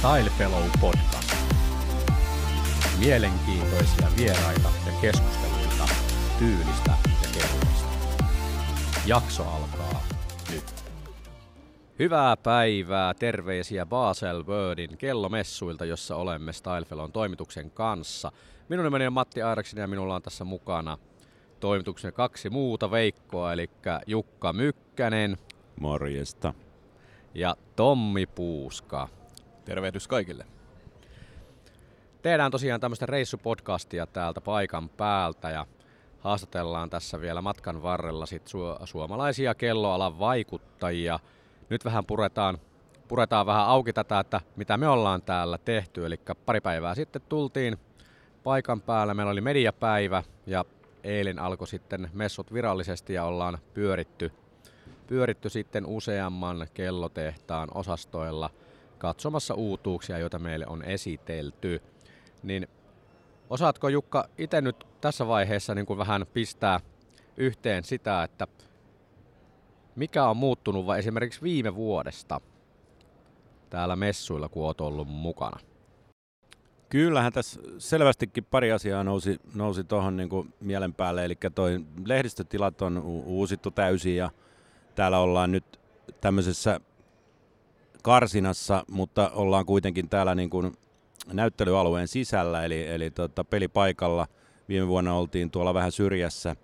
Style Fellow Podcast. Mielenkiintoisia vieraita ja keskusteluita tyylistä ja kehuista. Jakso alkaa nyt. Hyvää päivää, terveisiä Basel Wordin kellomessuilta, jossa olemme Style Fellown toimituksen kanssa. Minun nimeni on Matti Airaksen ja minulla on tässä mukana toimituksen kaksi muuta Veikkoa, eli Jukka Mykkänen. Morjesta. Ja Tommi Puuska. Tervehdys kaikille. Tehdään tosiaan tämmöistä reissupodcastia täältä paikan päältä ja haastatellaan tässä vielä matkan varrella sit suomalaisia kelloalan vaikuttajia. Nyt vähän puretaan vähän auki tätä, että mitä me ollaan täällä tehty. Eli pari päivää sitten tultiin paikan päällä. Meillä oli mediapäivä ja eilen alkoi sitten messut virallisesti ja ollaan pyöritty sitten useamman kellotehtaan osastoilla katsomassa uutuuksia, joita meille on esitelty. Niin osaatko Jukka itse nyt tässä vaiheessa niin kuin vähän pistää yhteen sitä, että mikä on muuttunut vai esimerkiksi viime vuodesta täällä messuilla, kun olet ollut mukana? Kyllähän tässä selvästikin pari asiaa nousi tuohon niin kuin mielen päälle, eli toi lehdistötilat on uusittu täysin ja täällä ollaan nyt tämmöisessä karsinassa, mutta ollaan kuitenkin täällä niin kuin näyttelyalueen sisällä, eli pelipaikalla. Viime vuonna oltiin tuolla vähän syrjässä.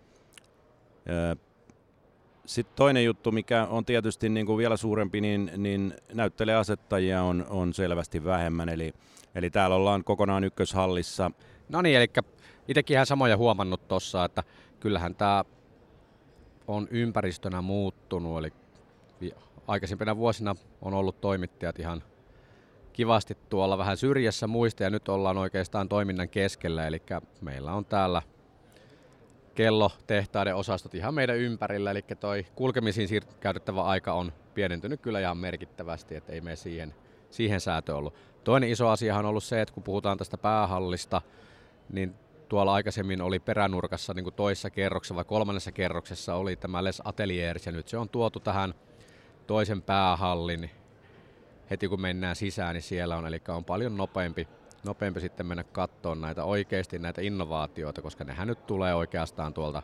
Sitten toinen juttu, mikä on tietysti niin kuin vielä suurempi, niin näyttelijäasettajia on selvästi vähemmän, eli täällä ollaan kokonaan ykköshallissa. No niin, eli itsekin ihan samoja huomannut tuossa, että kyllähän tämä on ympäristönä muuttunut, eli aikaisempina vuosina on ollut toimittajat ihan kivasti tuolla vähän syrjässä muista ja nyt ollaan oikeastaan toiminnan keskellä, eli meillä on täällä kellotehtaiden osastot ihan meidän ympärillä, eli toi kulkemisiin käytettävä aika on pienentynyt kyllä ihan merkittävästi, että ei mene siihen säätö ollut. Toinen iso asiahan on ollut se, että kun puhutaan tästä päähallista, niin tuolla aikaisemmin oli peränurkassa niin kuin toisessa kerroksessa vai kolmannessa kerroksessa oli tämä Les Ateliers ja nyt se on tuotu tähän toisen päähallin heti kun mennään sisään, niin siellä on, eli on paljon nopeampi sitten mennä katsomaan näitä oikeasti näitä innovaatioita, koska nehän nyt tulee oikeastaan tuolta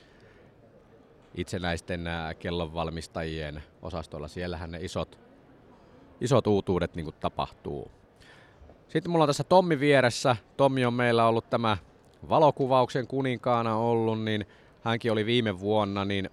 itsenäisten kellonvalmistajien osastolla. Siellähän ne isot uutuudet niin kuin tapahtuu. Sitten mulla on tässä Tommi vieressä. Tommi on meillä ollut tämä valokuvauksen kuninkaana ollut, niin hänkin oli viime vuonna, niin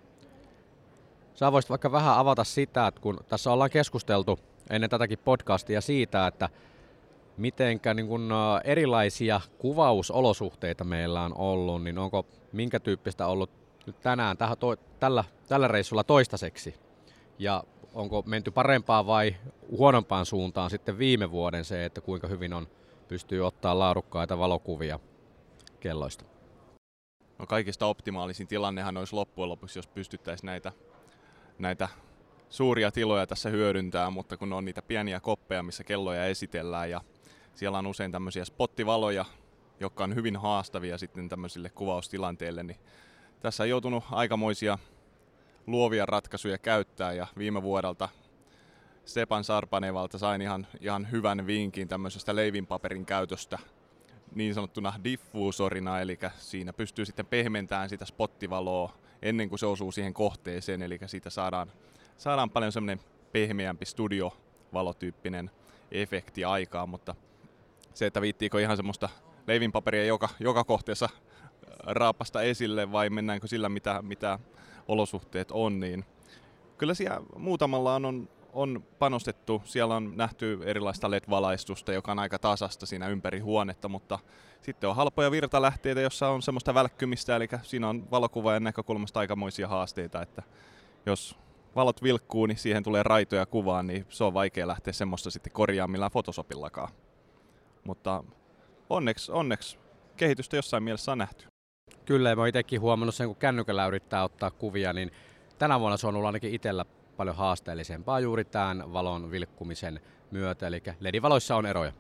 sä voisit vaikka vähän avata sitä, että kun tässä ollaan keskusteltu ennen tätäkin podcastia siitä, että mitenkä niin kun erilaisia kuvausolosuhteita meillä on ollut, niin onko minkä tyyppistä ollut nyt tänään tällä reissulla toistaiseksi? Ja onko menty parempaan vai huonompaan suuntaan sitten viime vuoden se, että kuinka hyvin pystyy ottaa laadukkaita valokuvia kelloista? No kaikista optimaalisin tilannehan olisi loppujen lopuksi, jos pystyttäisiin näitä suuria tiloja tässä hyödyntää, mutta kun on niitä pieniä koppeja, missä kelloja esitellään ja siellä on usein tämmöisiä spottivaloja, jotka on hyvin haastavia sitten tämmöisille kuvaustilanteille, niin tässä on joutunut aikamoisia luovia ratkaisuja käyttää ja viime vuodelta Stepan Sarpanevalta sain ihan hyvän vinkin tämmöisestä leivinpaperin käytöstä niin sanottuna diffuusorina, eli siinä pystyy sitten pehmentämään sitä spottivaloa ennen kuin se osuu siihen kohteeseen, eli siitä saadaan paljon semmoinen pehmeämpi studiovalotyyppinen efekti aikaa, mutta se, että viittiikö ihan semmoista leivinpaperia joka kohteessa raapasta esille vai mennäänkö sillä mitä olosuhteet on, niin kyllä siellä muutamalla on panostettu. Siellä on nähty erilaista LED-valaistusta, joka on aika tasasta siinä ympäri huonetta, mutta sitten on halpoja virtalähteitä, jossa on semmoista välkkymistä, eli siinä on valokuvaajan näkökulmasta aikamoisia haasteita, että jos valot vilkkuu, niin siihen tulee raitoja kuvaan, niin se on vaikea lähteä semmoista sitten korjaamaan millään Photoshopillakaan. Mutta onneksi kehitystä jossain mielessä on nähty. Kyllä, ja mä oon itsekin huomannut sen, kun kännykällä yrittää ottaa kuvia, niin tänä vuonna se on ollut ainakin itsellä paljon haasteellisempaa juuri tämän valon vilkkumisen myötä, eli LED-valoissa on eroja.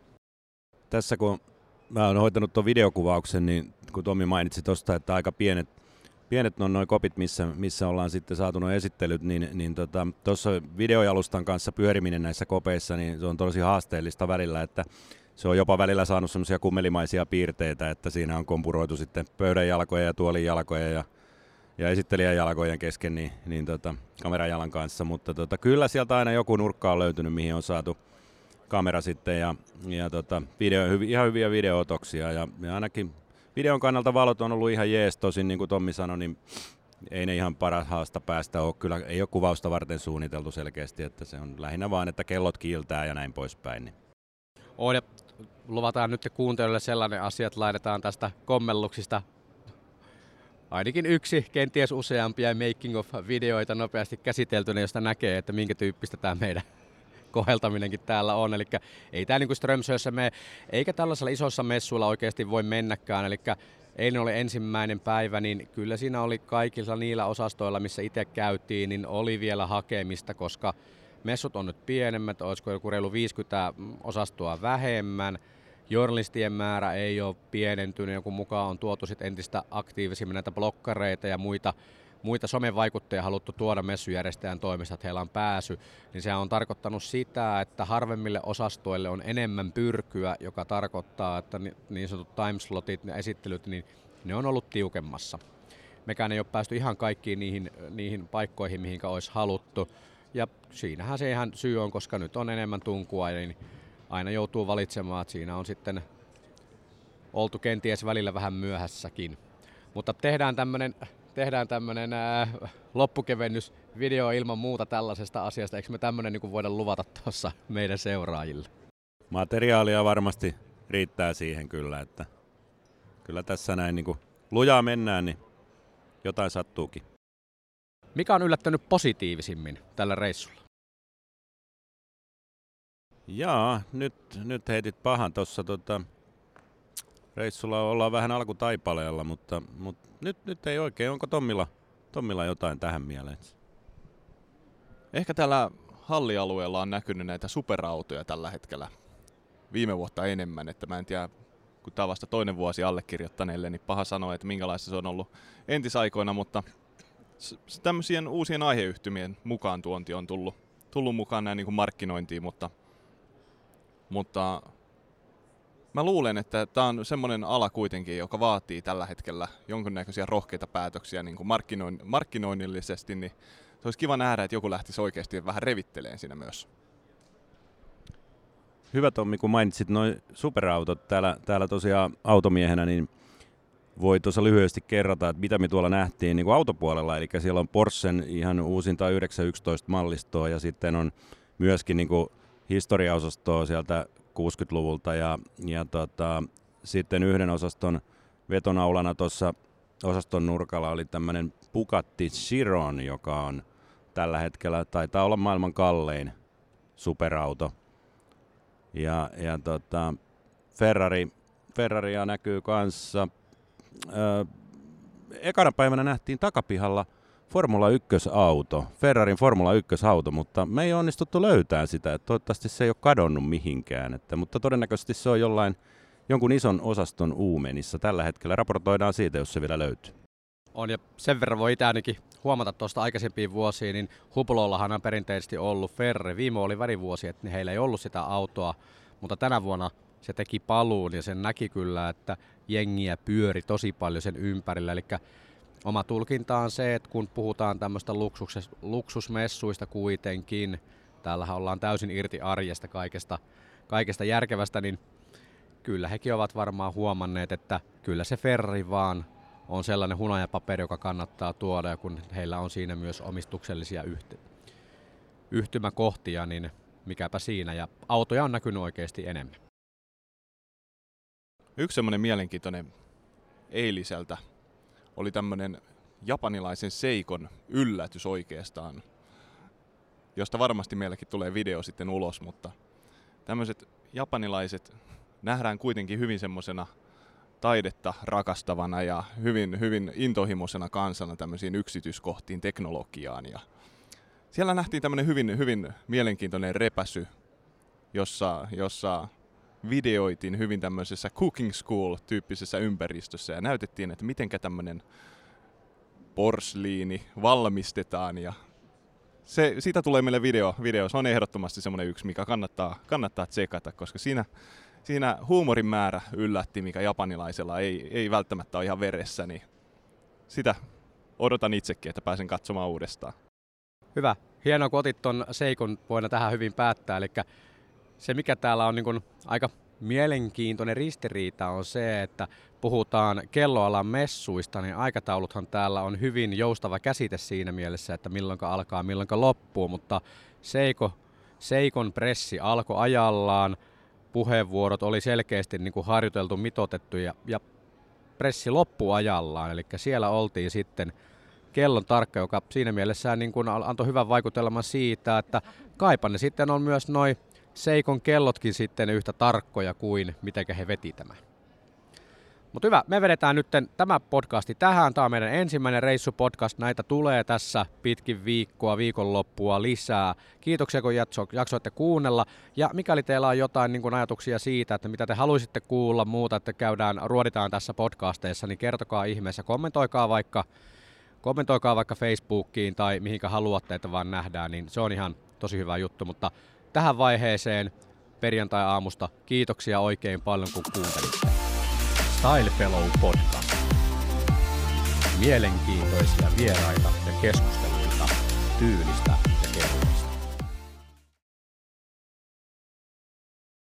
Tässä kun mä oon hoitanut tuon videokuvauksen, niin kun Tommi mainitsi tuosta, että aika pienet on noin kopit, missä ollaan sitten saatu nuo esittelyt, niin tuossa videojalustan kanssa pyöriminen näissä kopeissa, niin se on tosi haasteellista välillä, että se on jopa välillä saanut semmoisia kummelimaisia piirteitä, että siinä on kompuroitu sitten pöydän jalkoja ja tuolin jalkoja ja esittelijän jalkojen kesken niin kamerajalan kanssa, mutta kyllä sieltä aina joku nurkka on löytynyt, mihin on saatu kamera sitten ja ihan hyviä videootoksia ja ainakin videon kannalta valot on ollut ihan jees, tosin niin kuin Tommi sanoi, niin ei ne ihan parhaasta päästä ole. Kyllä ei ole kuvausta varten suunniteltu selkeästi, että se on lähinnä vaan, että kellot kiiltää ja näin poispäin. Niin. On ja luvataan nyt kuuntelijoille sellainen asia, että laitetaan tästä kommelluksista ainakin yksi, kenties useampia making of videoita nopeasti käsiteltynä, josta näkee, että minkä tyyppistä tämä meidän koheltaminenkin täällä on. Eli ei tämä niin kuin Strömsössä mene, eikä tällaisella isossa messuilla oikeasti voi mennäkään. Eli eilen oli ensimmäinen päivä, niin kyllä siinä oli kaikilla niillä osastoilla, missä itse käytiin, niin oli vielä hakemista, koska messut on nyt pienemmät, olisiko joku reilu 50 osastoa vähemmän. Journalistien määrä ei ole pienentynyt, joku mukaan on tuotu sit entistä aktiivisimmin näitä blokkareita ja muita somevaikuttajia haluttu tuoda messujärjestäjän toimesta, että heillä on pääsy, niin se on tarkoittanut sitä, että harvemmille osastoille on enemmän pyrkyä, joka tarkoittaa, että niin sanotut timeslotit ja esittelyt, niin ne on ollut tiukemmassa. Mekään ei ole päästy ihan kaikkiin niihin paikkoihin, mihinkä olisi haluttu, ja siinähän se ihan syy on, koska nyt on enemmän tunkua, niin aina joutuu valitsemaan, että siinä on sitten oltu kenties välillä vähän myöhässäkin. Mutta tehdään tämmöinen loppukevennysvideo ilman muuta tällaisesta asiasta. Eikö me tämmöinen niin voida luvata tuossa meidän seuraajille? Materiaalia varmasti riittää siihen kyllä, että kyllä tässä näin niin kuin lujaa mennään, niin jotain sattuukin. Mikä on yllättänyt positiivisimmin tällä reissulla? Jaa, nyt heitit pahan tuossa reissulla ollaan vähän alkutaipaleella, mutta nyt ei oikein. Onko Tommilla jotain tähän mieleen? Ehkä täällä hallialueella on näkynyt näitä superautoja tällä hetkellä viime vuotta enemmän, että mä en tiedä, kun tämä on vasta toinen vuosi allekirjoittaneille, niin paha sanoa, että minkälaista se on ollut entisaikoina, mutta tämmöisien uusien aiheyhtymien mukaan tuonti on tullut mukaan näin niin kuin markkinointiin, mutta mä luulen, että tämä on semmoinen ala kuitenkin, joka vaatii tällä hetkellä jonkinnäköisiä rohkeita päätöksiä niin kuin markkinoinnillisesti, niin se olisi kiva nähdä, että joku lähtisi oikeasti vähän revitteleen siinä myös. Hyvä Tommi, kun mainitsit nuo superautot täällä tosiaan automiehenä, niin voi tuossa lyhyesti kerrata, että mitä me tuolla nähtiin niin kuin autopuolella. Eli siellä on Porschen ihan uusinta 911 mallistoa ja sitten on myöskin niin kuin historiaosastoa sieltä 60-luvulta ja sitten yhden osaston vetonaulana tuossa osaston nurkalla oli tämmöinen Bugatti Chiron, joka on tällä hetkellä, taitaa olla maailman kallein superauto. Ja Ferraria näkyy kanssa. Ekana päivänä nähtiin takapihalla Formula 1-auto, Ferrarin Formula 1-auto, mutta me ei onnistuttu löytämään sitä. Että toivottavasti se ei ole kadonnut mihinkään, mutta todennäköisesti se on jonkun ison osaston uumenissa. Tällä hetkellä raportoidaan siitä, jos se vielä löytyy. On, ja sen verran voi itse ainakin huomata tuosta aikaisempiin vuosiin, niin Huplollahan on perinteisesti ollut Ferrari. Viime oli välivuosi, että heillä ei ollut sitä autoa, mutta tänä vuonna se teki paluun ja sen näki kyllä, että jengiä pyöri tosi paljon sen ympärillä. Eli oma tulkinta on se, että kun puhutaan tämmöistä luksusmessuista kuitenkin, täällähän ollaan täysin irti arjesta kaikesta järkevästä, niin kyllä hekin ovat varmaan huomanneet, että kyllä se Ferrari vaan on sellainen hunajapaperi, joka kannattaa tuoda, ja kun heillä on siinä myös omistuksellisia yhtymäkohtia, niin mikäpä siinä, ja autoja on näkynyt oikeasti enemmän. Yksi semmoinen mielenkiintoinen eiliseltä oli tämmöinen japanilaisen Seikon yllätys oikeastaan, josta varmasti meilläkin tulee video sitten ulos, mutta tämmöiset japanilaiset nähdään kuitenkin hyvin semmoisena taidetta rakastavana ja hyvin intohimoisena kansana tämmöisiin yksityiskohtiin, teknologiaan. Ja siellä nähtiin tämmöinen hyvin mielenkiintoinen repäsy, jossa videoitiin hyvin tämmöisessä cooking school-tyyppisessä ympäristössä ja näytettiin, että mitenkä tämmöinen porsliini valmistetaan ja siitä tulee meille video. Se on ehdottomasti semmoinen yksi, mikä kannattaa tsekata, koska siinä huumorin määrä yllätti, mikä japanilaisella ei välttämättä ole ihan veressä, niin sitä odotan itsekin, että pääsen katsomaan uudestaan. Hyvä. Hienoa, kun otit ton seikon, voidaan tähän hyvin päättää. Eli se, mikä täällä on niin kuin aika mielenkiintoinen ristiriita, on se, että puhutaan kelloalan messuista, niin aikatauluthan täällä on hyvin joustava käsite siinä mielessä, että milloinka alkaa, milloinka loppuu, mutta Seikon pressi alkoi ajallaan, puheenvuorot oli selkeästi niin kuin harjoiteltu, mitoitettu ja pressi loppui ajallaan, eli siellä oltiin sitten kellon tarkka, joka siinä mielessä niin kuin antoi hyvän vaikutelman siitä, että kaipa ne sitten on myös noi Seikon kellotkin sitten yhtä tarkkoja kuin mitenkä he veti tämän. Mutta hyvä, me vedetään nyt tämä podcasti tähän. Tämä on meidän ensimmäinen reissupodcast. Näitä tulee tässä pitkin viikonloppua lisää. Kiitoksia, kun jaksoitte kuunnella. Ja mikäli teillä on jotain niin kun ajatuksia siitä, että mitä te haluaisitte kuulla muuta, että ruoditaan tässä podcasteissa, niin kertokaa ihmeessä. Kommentoikaa vaikka Facebookiin tai mihinkä haluatte, että vaan nähdään, niin se on ihan tosi hyvä juttu. Mutta tähän vaiheeseen perjantai-aamusta kiitoksia oikein paljon, kun kuuntelitte. Style Fellow Podcast. Mielenkiintoisia vieraita ja keskusteluita tyylistä